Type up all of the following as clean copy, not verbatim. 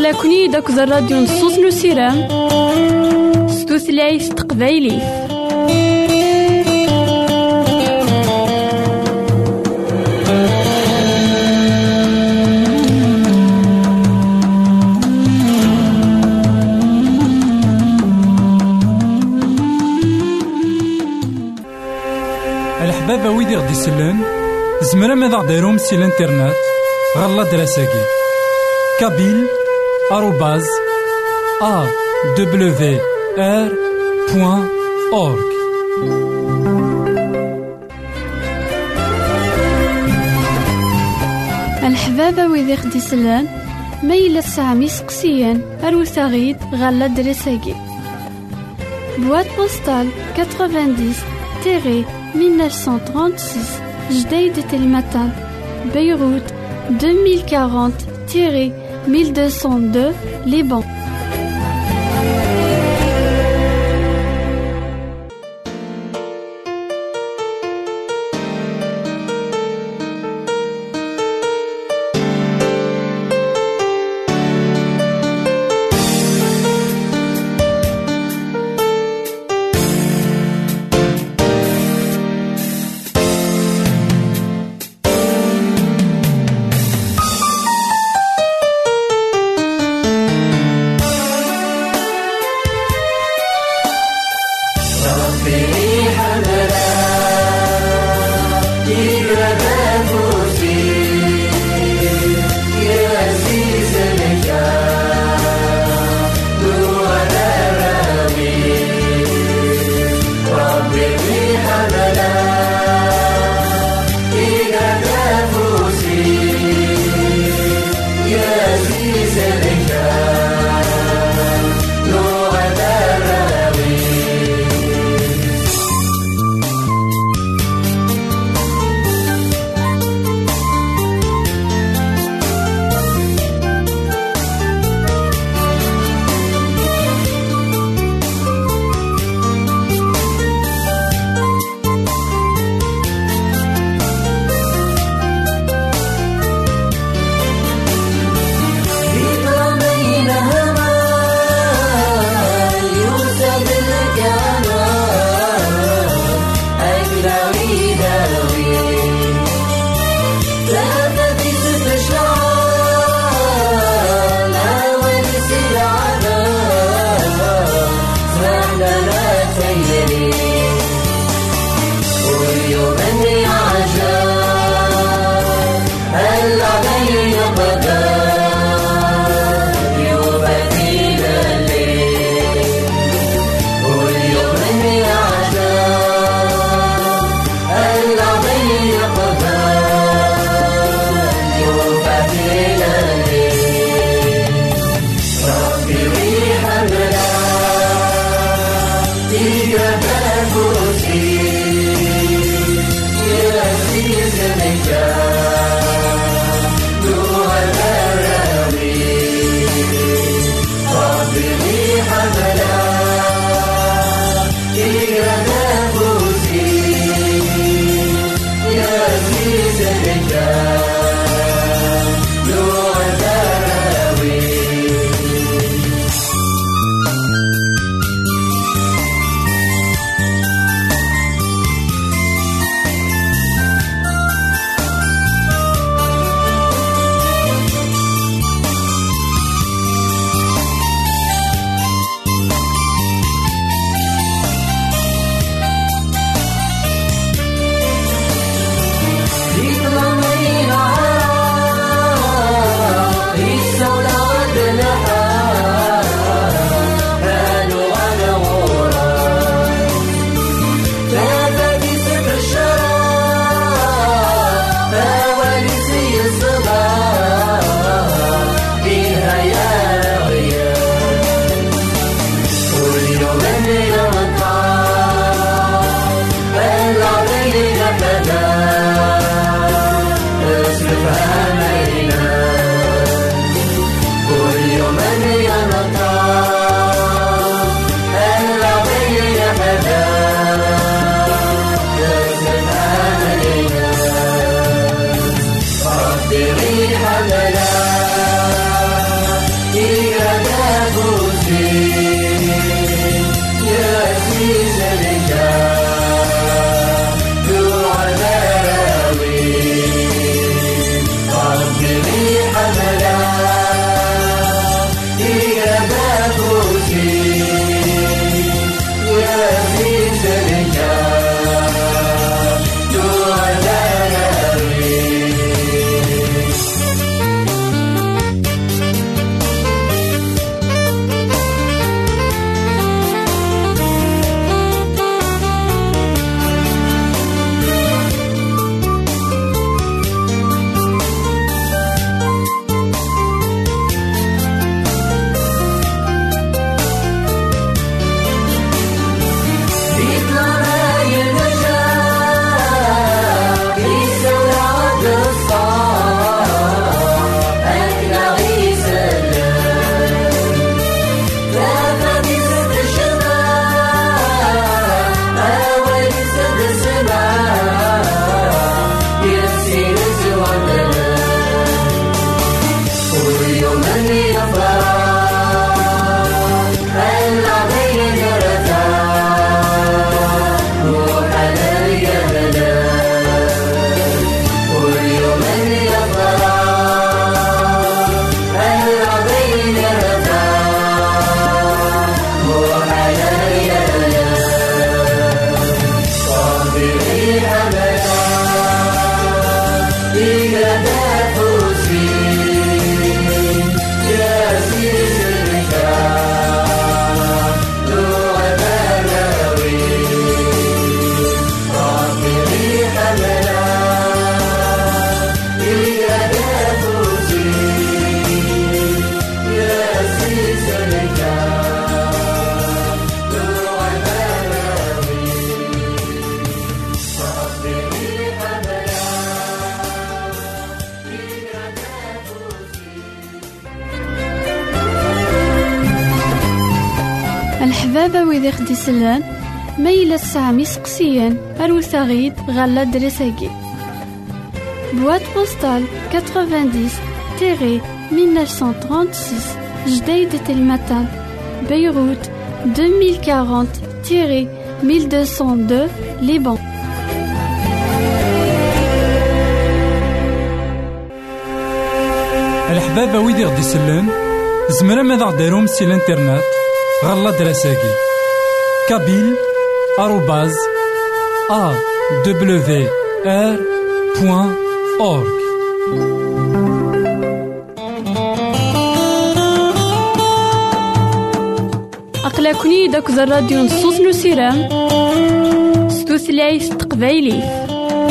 أقلكني داك الراديو نصوص نسيرام ستوثلايف تقبايلي. الحبابة ويدي غدي يسلن زمرا ماذا غديرهم سي الانترنت غالا دراساكي kabyle@awr.org. الحبابة ويدي غدي يسلن ميلا سامي سقسيان أروثاغيد غالا دراساكي بواد بوستال 90-1936 جديد تلمتان بيروت 2040-1202 Liban. ربي حملا الحبابة ويدي خدي سلان ميلا الساعة سقسيان أروثا غيد غالا دريساكي بواد بوستال 90-1936 جديد تلمتان بيروت 2040-1202 ليبان. الحبابة ويدي غدي سلان زمرا ماذا غديرهم سي الانترنت غالا دراساكي كابيل @awr.org. أقلكني داك الراديو نصوص نسيرام ستوثلايف تقبايلي.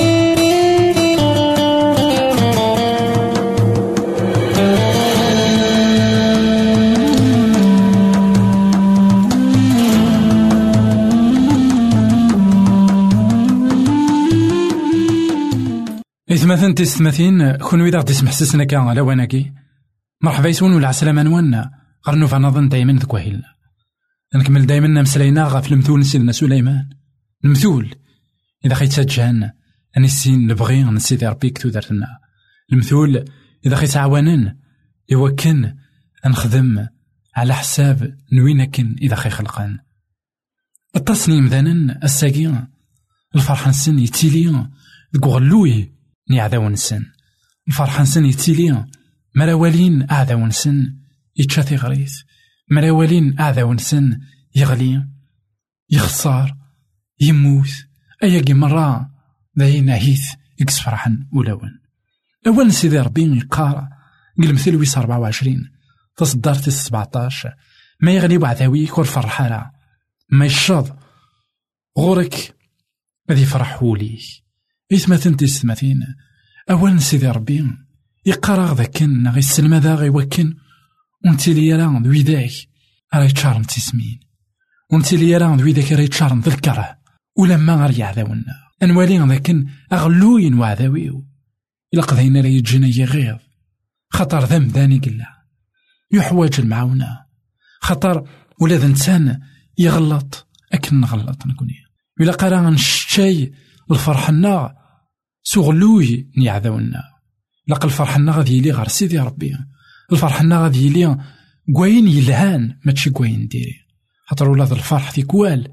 إثماثن تستمثين كون ويدا غدي يسمح سسنا كان على واناكي مرحبا يسون ولا عسلامة نوانا غرنو فنظن دايما ذك وهيلنا نكمل دايما مسلينا غاف المثول سيدنا سليمان المثول إذا خيت سجان أني السين نبغي نسيدي ربي كتو درتنا المثول إذا خيت عوانن يوكن نخدم على حساب نوينكن إذا خي خلقان التصنيم ذانن الساقين الفرحان السن يتيليون ذكو غلوي ني عذاون السن الفرحان سن يتيليون مراولين أعذاون سن يتشاثي غريث مراولين أعذاون سن يغلي يخسر يموت أياقي مرة ذاين عهيث يكس فرحا ولون أول سيدي ربي يقارا قل مثل ويس 24 تصدرت 17 ما يغلي وعذاوي كور فرحالة ما يشرب غورك غادي يفرحوا ليه إثمثن تستمثين أولا سيدي ربي يقرا ذاكن غي السلمى ذا غي وكن ونتي لي راه ذويداك راهي تشارم تسمين ونتي لي راه ذويداك راهي تشارم ذا الكره ولما غير يعذاونا انوالي ذاكن اغلوين وعذاويو إلا قضينا لا يجينا يغيظ خطر ذنب ذاني قلا يحواج المعاونة خطر ولاد انسان يغلط أكن نغلط نكوني إلا قرا نشتي الفرحنا سغلوي نيعذاونا لقى الفرحنا غادي يلي غير سيدي ربي الفرحنا غادي يلي كواين يلهان ماشي كواين ديري خاطر ولاد الفرح ثيكوال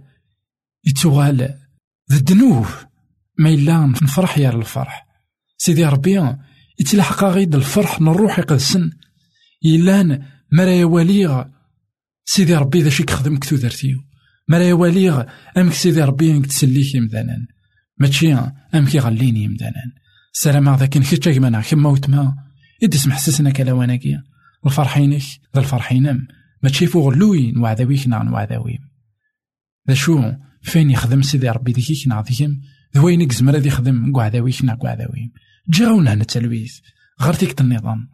يتوغال الذنوب ما إلا نفرح يا الفرح سيدي ربي يتلحق غيد الفرح نروح يقدسن يلان مرا واليغ سيدي ربي ذا شيك خدم كتو درتيو مرا واليغ أمك سيدي ربي انك تسليك يمدانان ماشي أمك يغليني يمدانان السلام ذاك نكتشاك مانا كما وتما يدس محسسنا كلاواناكي الفرحينك ذا الفرحينم ما تشيفو غلوين وعذاويك نعن وعذاويم ذا شو فين يخدم سيدي ربي ذيكيك نعطيهم ذوينك زمرا ذي يخدم وعذاويك نعن وعذاويم جاونا هنا التلويث غرتيك النظام.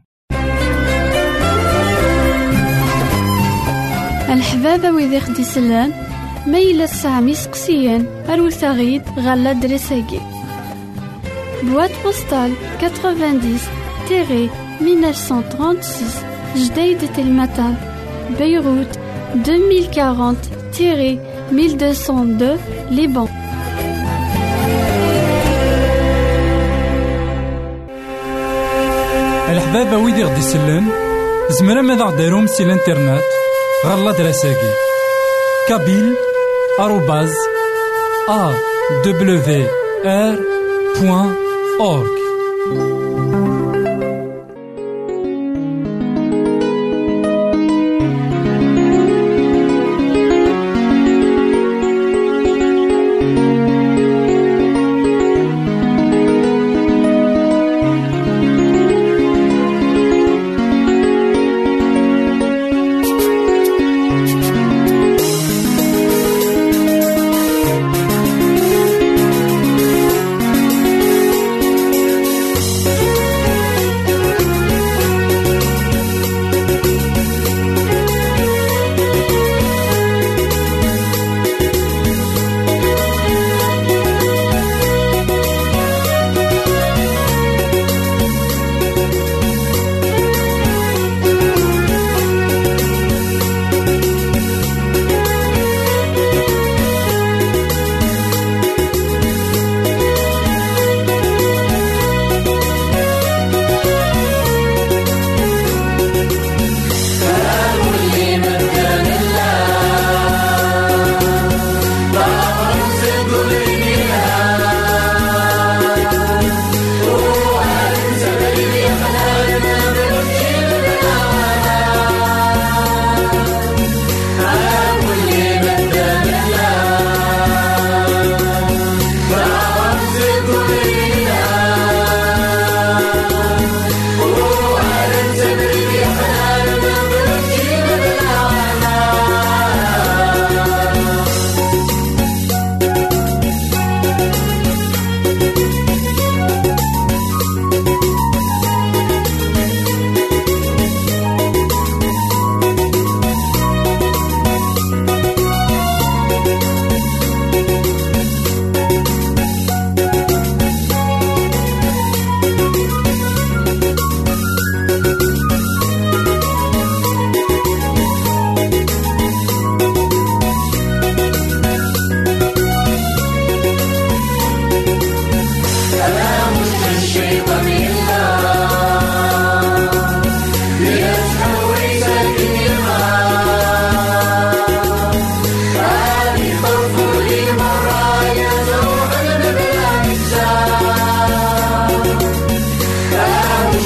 الحبابة ويدي خدي سلان ميلا الساعة سقسيان أروثا غيد غالا دريساكي بواد بوستال 90-1936 جديد تلمتان بيروت 2040-1202 ليبان. الحبابة ويدي غدي سلان زمرا ماذا غديرهم سي الانترنت غالا دراساكي كابيل @awr.org.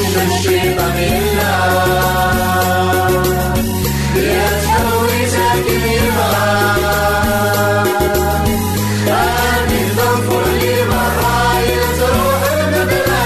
الشيطان إلا يتحوي ساكن يبغى آمن ظفر لي مرة يتروح المبلغ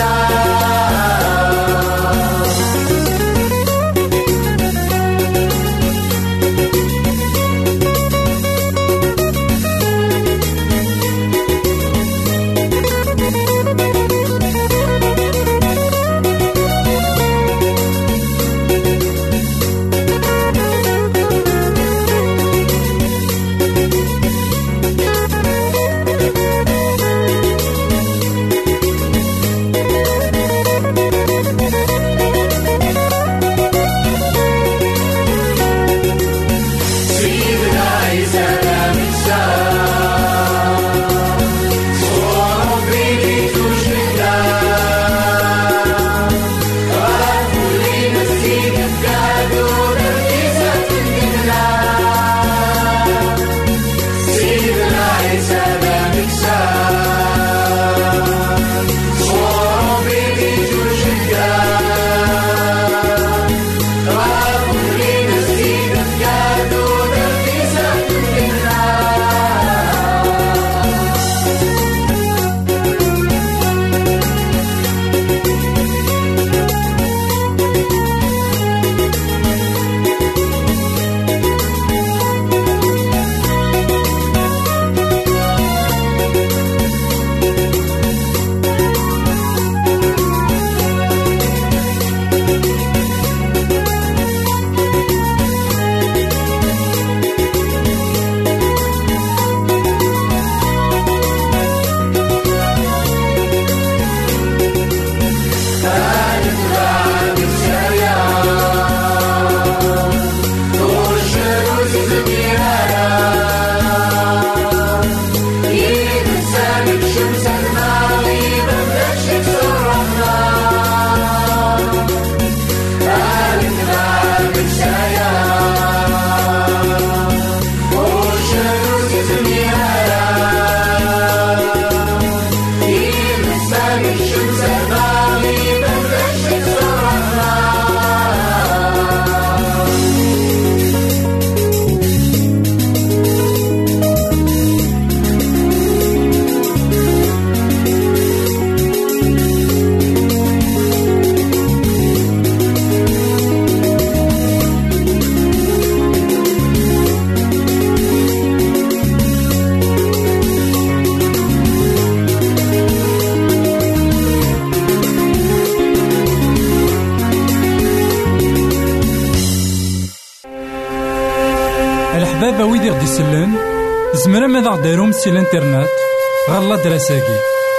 الحبابة ويدي غدي يسلن زمرا ماذا غديرهم سي الانترنت غالا دراساكي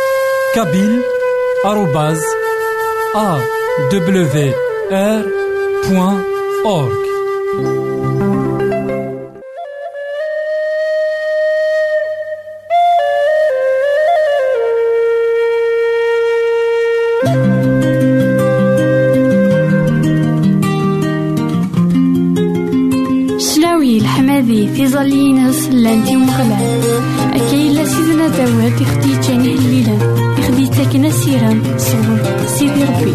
كابيل @awr.org. في ظلينس لانتي مغلان أكيلا سيدنا داود يخدي جاني الليلة يخدي تاكنا سيران صور سيدي ربي.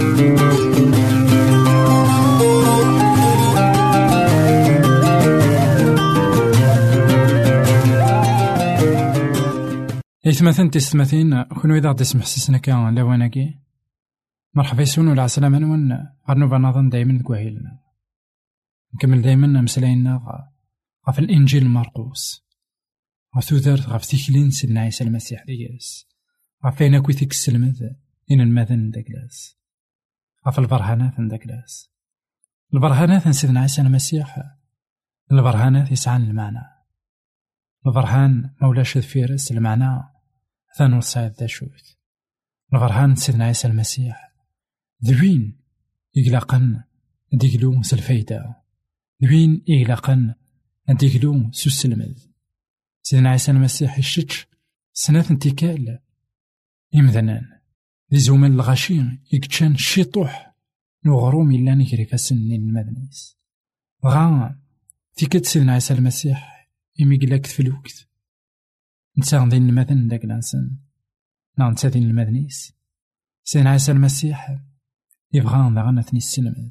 إثمثن تستمثين كونو إذا غدي سمح سسنا كان لواناكي مرحبا يسون ولا عسلامة نون غنوفا نظن دايما كواهيلنا نكمل دايما مسلاينا غف الإنجيل مرقوس غثوثرت غف تيكلين سيدنا عيسى المسيح دياس غفين كويتيك السلمذ إن المذن داكلاس غف البرهانات داكلاس البرهانات سيدنا عيسى المسيح البرهانات يسعان المعنى البرهان مولاش فيرس المعنى ثانو الصعيد داشوت البرهان سيدنا عيسى المسيح ذوين يقلقن ديقلو سالفايدة ذوين يقلقن ديقلو سوسلمذ سيدنا عيسى المسيح يشتش سنة انتكال إمذنان ذي زومان الغاشين يكتشان شيطوح نغروم إلا نكري فاسنين المدنيس غا تيكت سيدنا عيسى المسيح إمي قلاك تفلوكت نتا دين المدن داك لانسان نتا دين المدنيس سيدنا عيسى المسيح يبغى داغا ثني السلمات.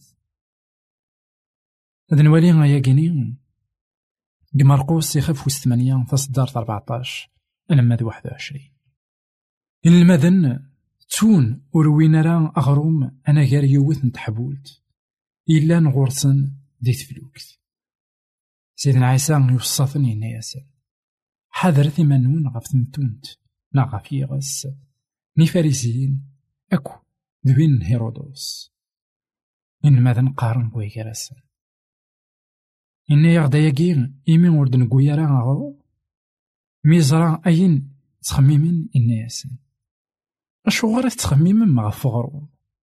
هاد نوالي غايا كيني مرقوس يخف وسط 8 تصدار 14 ألماد 21. إن المذن تون وروينا راه أغروم أنا غير يوث نتحبولت إلا نغورسن دي تفلوكت. سيدنا عيسى يوصفني هنا ياسر حذر ثمانون غف ثمتونت نا غف يغس ني فارسيين أكو دوين هيرودوس. إن ماذا نقارن بوي كراسن إن يغدا يقين إيمين وردن قويرا غرو ميزرا أين تخميمين إن ياسن أشو غير تخميمين مع فغرو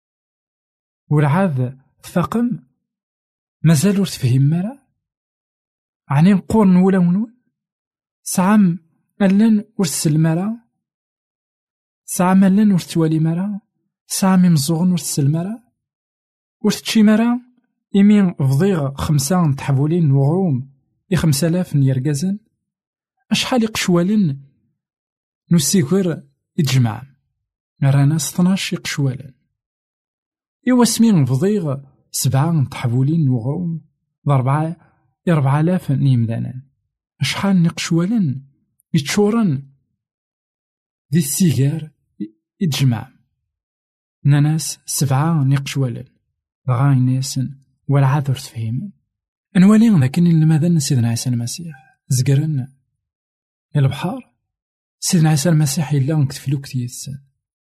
والعاد تفاقم مازال ور تفهم مالا عني نقورن ولا ونون سعام ألن ورسل مالا سعام ألن ورتوالي مالا سعام مزوغن ورسل مالا ورتشي مالا إيمين فضيغ 5 تحفولين وغروم 5000 يرقزن أشحال يقشوالن نسيكور يتجمع رانا 12 يقشوالن إوا سمين فضيغ 7 تحفولين وغروم 4000 نيمدانا أشحال نقشوالن يتشورن دي السيجار يتجمع ناس 7 نقشوالن غاين ناسن ولا عذر تفهم أنوالي لكن الماذا سيدنا عيسى المسيح زقرن البحر سيدنا عيسى المسيح إلا نكتفلو كتيس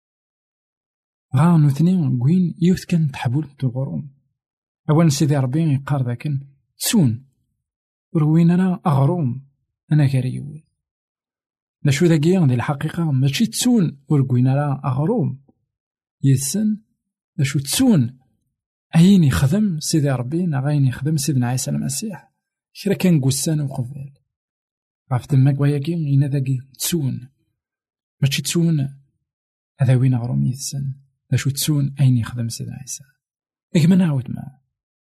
غانو اثنين قوين يوث كان تحبول تغروم أولا سيدي ربي يقار ذاكن تسون روين أنا أغروم أنا كاريوي لاشو ذاكيا دي الحقيقة ماشي تسون ورقوين أنا أغروم يسن لاشو تسون أين يخدم سيدي ربي غاين يخدم سيدنا عيسى المسيح كرا كان قسان وقبل غاف تماك وياكي إنا ذاكي تسون ماشي تسون هذا وين غروم يسن لاشو تسون أين يخدم سيدنا عيسى إكما نعاود معاه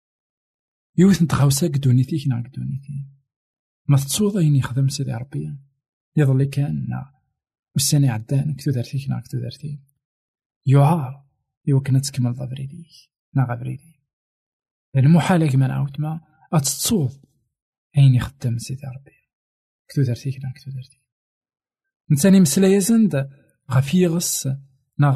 يوث نتغاوسا قدونيتيك نا قدونيتي ما تصوض أين يخدم سيدي ربي يظل كان والسنة عدان كتو دارتيك نا كتو دارتي يعار إوا كنا تكمل ضبريديك نا غبريدي المحالة كما نعاود ما أتصوض أين يخدم سيدي ربي كتو دارتيك نا كتو دارتي نتاني مسلا يزند غف يغس نا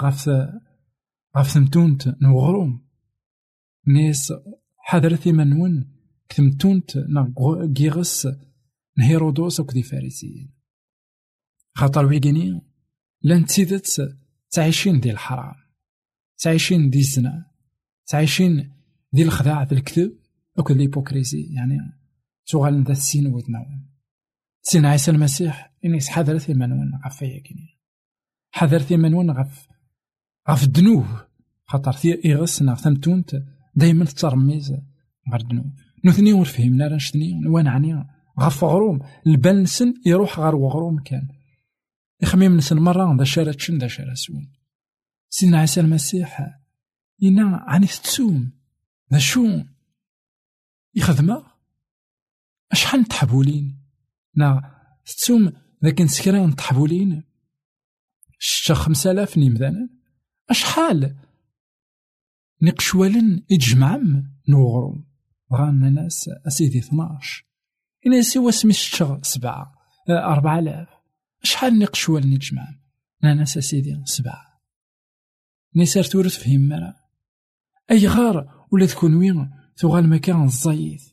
غف ثمتونت نوغروم ناس حضرتي منون كثمتونت نا غيغس نهيرودوس وكدي فارسيين خاطر ويقيني لان تسيدت تعيشين دي الحرام تعيشين دي الزنا تعيشين دي الخداع دي الكذب وكل الهيبوكريسي يعني تغال ذا السين ويتناون سين عيسى المسيح إنيس حذرتي منون غف يقيني حذرتي منون غف الذنوب خاطر إغسنا ثمتونت دايما ترميز غير الذنوب نثني ورفهمنا رانشتني ونعني غف غروم البلسن يروح غير وغروم كان يخميم نسن مرة ذا شارة شن ذا شارة سون سيدنا عيسى المسيح إنا عني تسوم ذا شو يخدمه أشحال نتحبولين نا تسوم ذاك نسكرا نتحبولين شتا 5000 نيمدانا أشحال نقشوالن يتجمعم نوغروم غانا ناس أسيدي 12 إنا سوا سميش شتا 4000 أشحال نقشوالن يتجمعم ناس أسيدي 7 نسار تورث فهم مرا أي غار ولا تكون وين ثغال مكان الزايد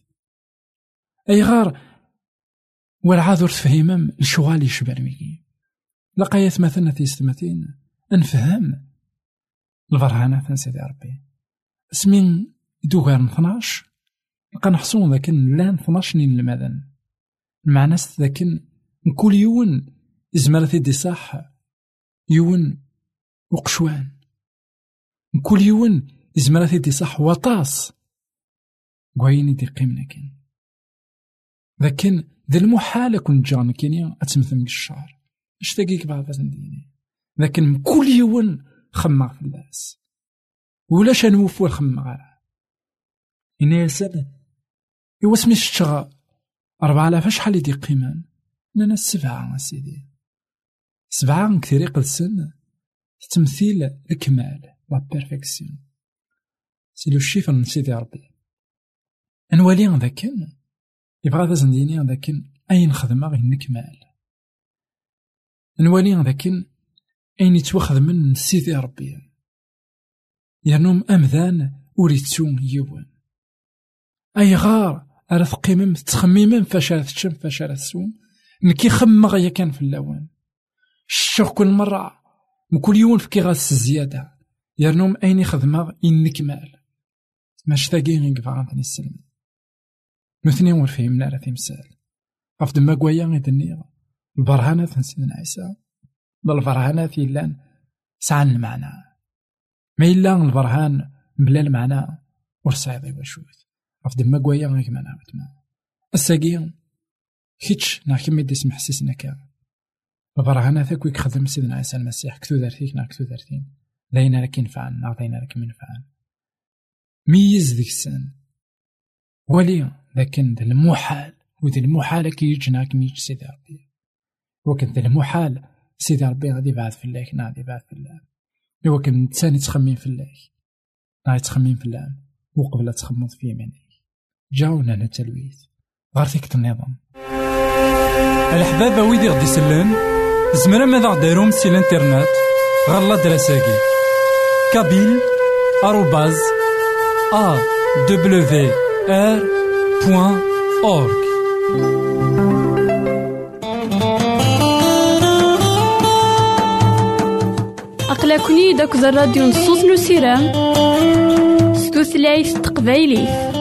أي غار والعاذر تفهمم الشغال يشبر ميكي لقايت مثلا تيستمتين نفهم البرهانات نسيدي ربي اسمين دوغار 12 لقا نحصون ذاكن لان 12 نين المذن المعنى ذاكن كل يوم إزمالتي دي صح يون وقشوان كل يوم إزمالتي دي صح وطاس قويني دي قيمنا كن لكن ذا المحالة كن جان كينيا أتمثل الشعر اشتاقيك بعض ديني لكن كل يوم خمع في الناس ولاش نوفو الخمع إنا يسأل إوا سمي الشغا 4000 شحال يدي قيمان لنا 7 سيدي 7 كثير يقلسن تمثيل الكمال لا بيرفكسيون سي لو شيفر من سيدي ربي. نولي ذاك يبغى ذا زنديني ذاك أين خدمة غير نكمال، نولي ذاك أين يتوخذ من سيدي ربي، يرنوم أمذان وريتسون يوان أي غار أرث قيمم تخميمم فاشارة تشم فاشارة تسوم نكي خمغ يا كان في اللوان الشوق كل مرة مكل يوم في كيغاس الزيادة يرنوم أين يخدمه إنكمال ماش تاقي غير قفاغانتني السلم مثني ورفيه من على تمثال غف دما قويا غيدني البرهانات من سيدنا عيسى بالبرهانات يلان سعان المعنى ما إلا البرهان بلا المعنى ورصايدي وشوت غف دما قويا غير معنى وتما الساقي كيتش نا كيما يدي سمح سيسنا كان البرهانات كويك خدم سيدنا عيسى المسيح كتو دارتيك نا كتو دارتين داينا لك ينفعنا عطينا لك منفعنا ميز ذيك السن ولي لكن ذا المحال وذا المحال كي يجنا كي يجي سيدي ربي وكن ذا المحال سيدي ربي غادي بعد في الله غادي بعد في الله وكن ثاني تخمين في الله غادي تخمين في الله وقبل تخمض في يمينك جاونا للتلويث غير فيك النظام. الحبابة ويدي غدي سلان زمرا ماذا غديرهم سي الانترنت غالا دراساكي كابيل @awr.org. أقلكني داك الراديو نصوص نسيران ستوثلايف تقبايلي.